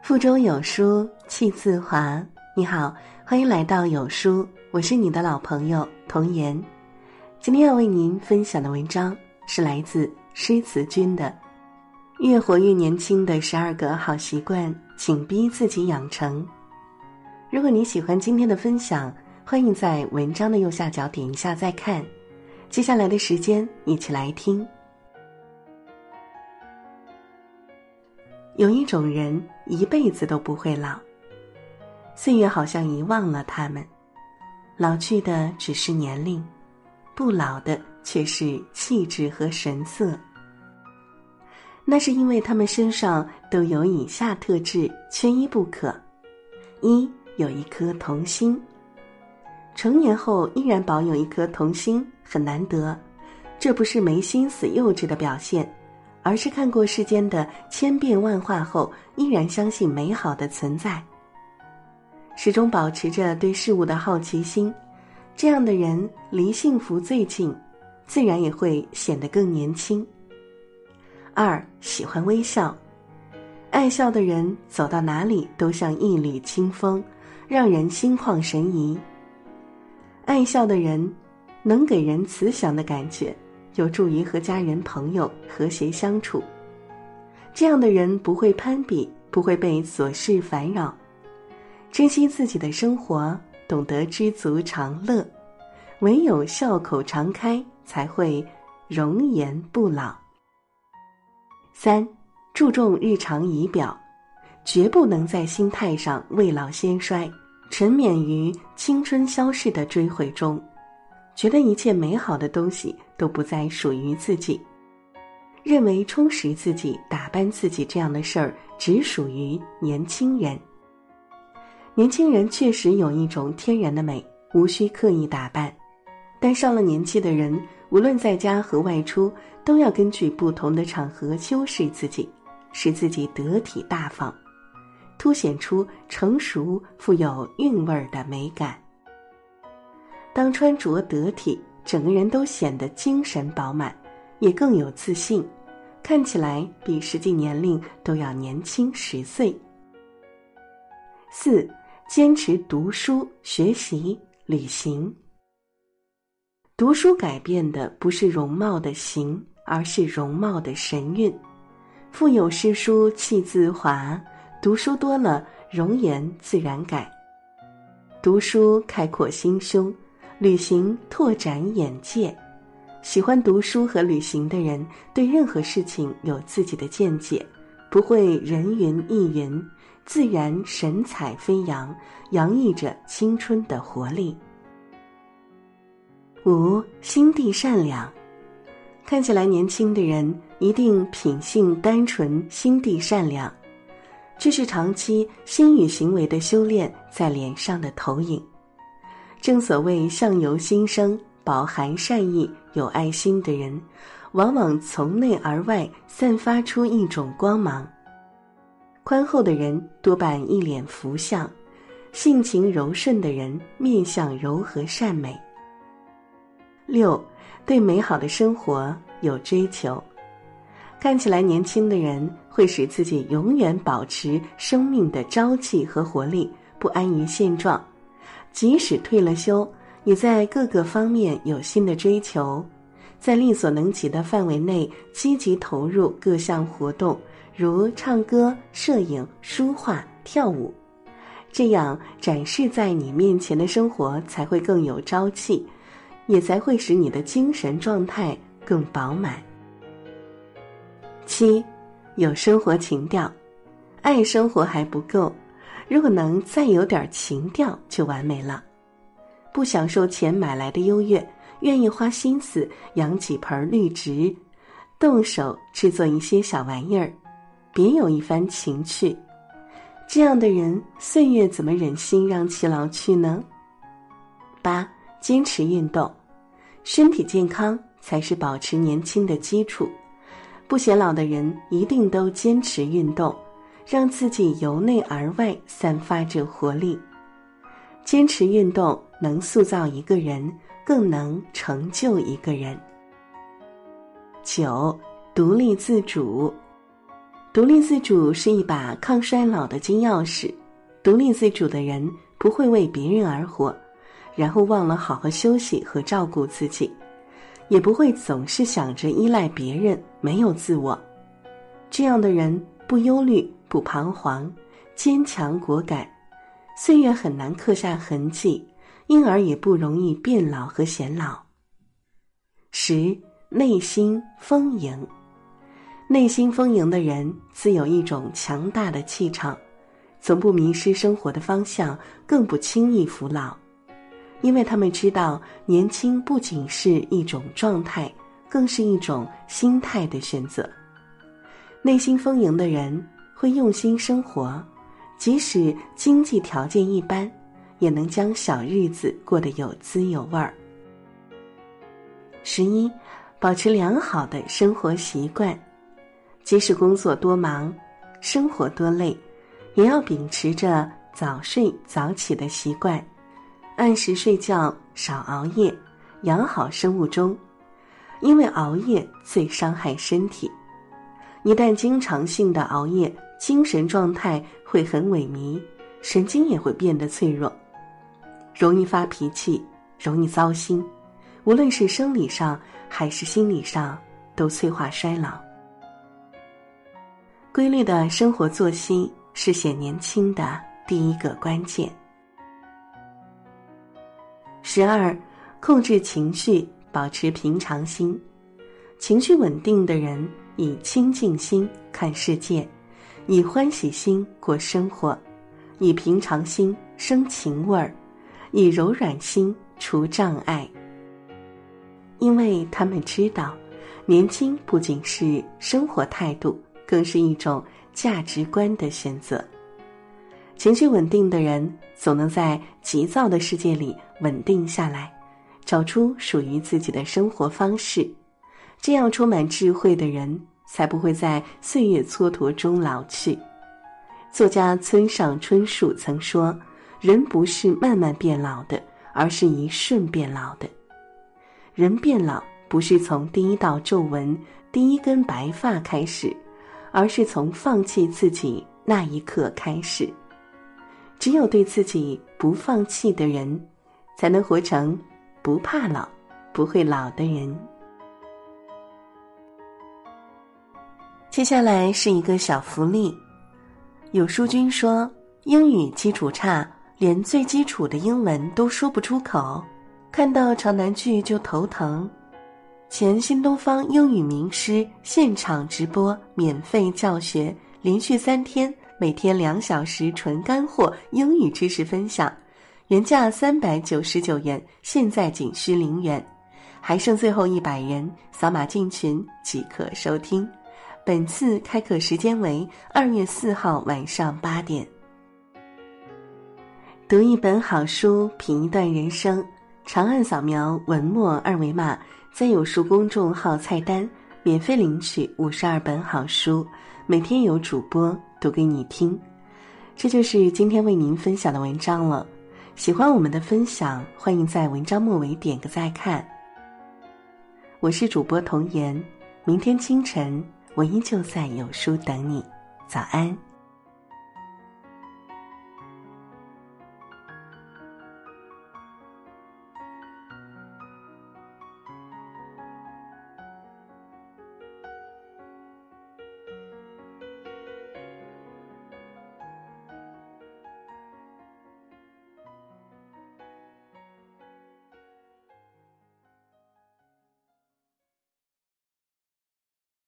腹中有书气自华。你好，欢迎来到有书，我是你的老朋友童言。今天要为您分享的文章是来自诗词君的越活越年轻的12个好习惯，请逼自己养成。如果你喜欢今天的分享，欢迎在文章的右下角点一下再看。接下来的时间一起来听。有一种人一辈子都不会老，岁月好像遗忘了他们，老去的只是年龄，不老的却是气质和神色。那是因为他们身上都有以下特质，缺一不可。一，有一颗童心。成年后依然保有一颗童心很难得，这不是没心思幼稚的表现，而是看过世间的千变万化后依然相信美好的存在，始终保持着对事物的好奇心。这样的人离幸福最近，自然也会显得更年轻。二，喜欢微笑。爱笑的人走到哪里都像一缕清风，让人心旷神怡。爱笑的人能给人慈祥的感觉，有助于和家人朋友和谐相处。这样的人不会攀比，不会被琐事烦扰，珍惜自己的生活，懂得知足常乐。唯有笑口常开，才会容颜不老。三，注重日常仪表，绝不能在心态上未老先衰，沉湎于青春消逝的追悔中，觉得一切美好的东西都不再属于自己，认为充实自己、打扮自己这样的事儿只属于年轻人。年轻人确实有一种天然的美，无需刻意打扮，但上了年纪的人，无论在家和外出，都要根据不同的场合修饰自己，使自己得体大方，凸显出成熟富有韵味的美感。当穿着得体，整个人都显得精神饱满，也更有自信，看起来比实际年龄都要年轻10岁。四，坚持读书、学习、旅行。读书改变的不是容貌的形，而是容貌的神韵。腹有诗书气自华，读书多了，容颜自然改。读书开阔心胸，旅行拓展眼界。喜欢读书和旅行的人，对任何事情有自己的见解，不会人云亦云，自然神采飞扬，洋溢着青春的活力。五，心地善良。看起来年轻的人一定品性单纯，心地善良，这是长期心与行为的修炼在脸上的投影。正所谓相由心生，饱含善意有爱心的人，往往从内而外散发出一种光芒。宽厚的人多半一脸福相，性情柔顺的人面相柔和善美。六，对美好的生活有追求。看起来年轻的人会使自己永远保持生命的朝气和活力，不安于现状，即使退了休，也在各个方面有新的追求，在力所能及的范围内积极投入各项活动，如唱歌、摄影、书画、跳舞。这样展示在你面前的生活才会更有朝气，也才会使你的精神状态更饱满。七，有生活情调。爱生活还不够，如果能再有点情调就完美了。不享受钱买来的优越，愿意花心思养几盆绿植，动手制作一些小玩意儿，别有一番情趣。这样的人，岁月怎么忍心让其老去呢？八，坚持运动。身体健康才是保持年轻的基础。不显老的人一定都坚持运动，让自己由内而外散发着活力。坚持运动能塑造一个人，更能成就一个人。9. 独立自主。 独立自主是一把抗衰老的金钥匙，独立自主的人不会为别人而活，然后忘了好好休息和照顾自己，也不会总是想着依赖别人，没有自我。这样的人不忧虑，不彷徨，坚强果敢，岁月很难刻下痕迹，因而也不容易变老和显老。10. 内心丰盈。内心丰盈的人自有一种强大的气场，从不迷失生活的方向，更不轻易服老，因为他们知道年轻不仅是一种状态，更是一种心态的选择。内心丰盈的人会用心生活，即使经济条件一般，也能将小日子过得有滋有味儿。11. 保持良好的生活习惯。即使工作多忙，生活多累，也要秉持着早睡早起的习惯，按时睡觉，少熬夜，养好生物钟。因为熬夜最伤害身体，一旦经常性的熬夜，精神状态会很萎靡，神经也会变得脆弱，容易发脾气，容易糟心，无论是生理上还是心理上，都催化衰老。规律的生活作息是显年轻的第一个关键。12. 控制情绪，保持平常心。情绪稳定的人以清净心看世界，以欢喜心过生活，以平常心生情味儿，以柔软心除障碍。因为他们知道，年轻不仅是生活态度，更是一种价值观的选择。情绪稳定的人总能在急躁的世界里稳定下来，找出属于自己的生活方式。这样充满智慧的人才不会在岁月蹉跎中老去。作家村上春树曾说，人不是慢慢变老的，而是一瞬变老的。人变老不是从第一道皱纹，第一根白发开始，而是从放弃自己那一刻开始。只有对自己不放弃的人，才能活成不怕老、不会老的人。接下来是一个小福利。有书君说，英语基础差，连最基础的英文都说不出口，看到长难句就头疼。前新东方英语名师现场直播免费教学，连续3天，每天2小时纯干货英语知识分享，原价399元，现在仅需0元，还剩最后100人，扫码进群即可收听。本次开课时间为2月4号晚上8点。读一本好书，品一段人生，长按扫描文末2维码，在有书公众号菜单免费领取52本好书，每天有主播读给你听。这就是今天为您分享的文章了。喜欢我们的分享，欢迎在文章末尾点个再看。我是主播童言，明天清晨我依旧在有书等你，早安。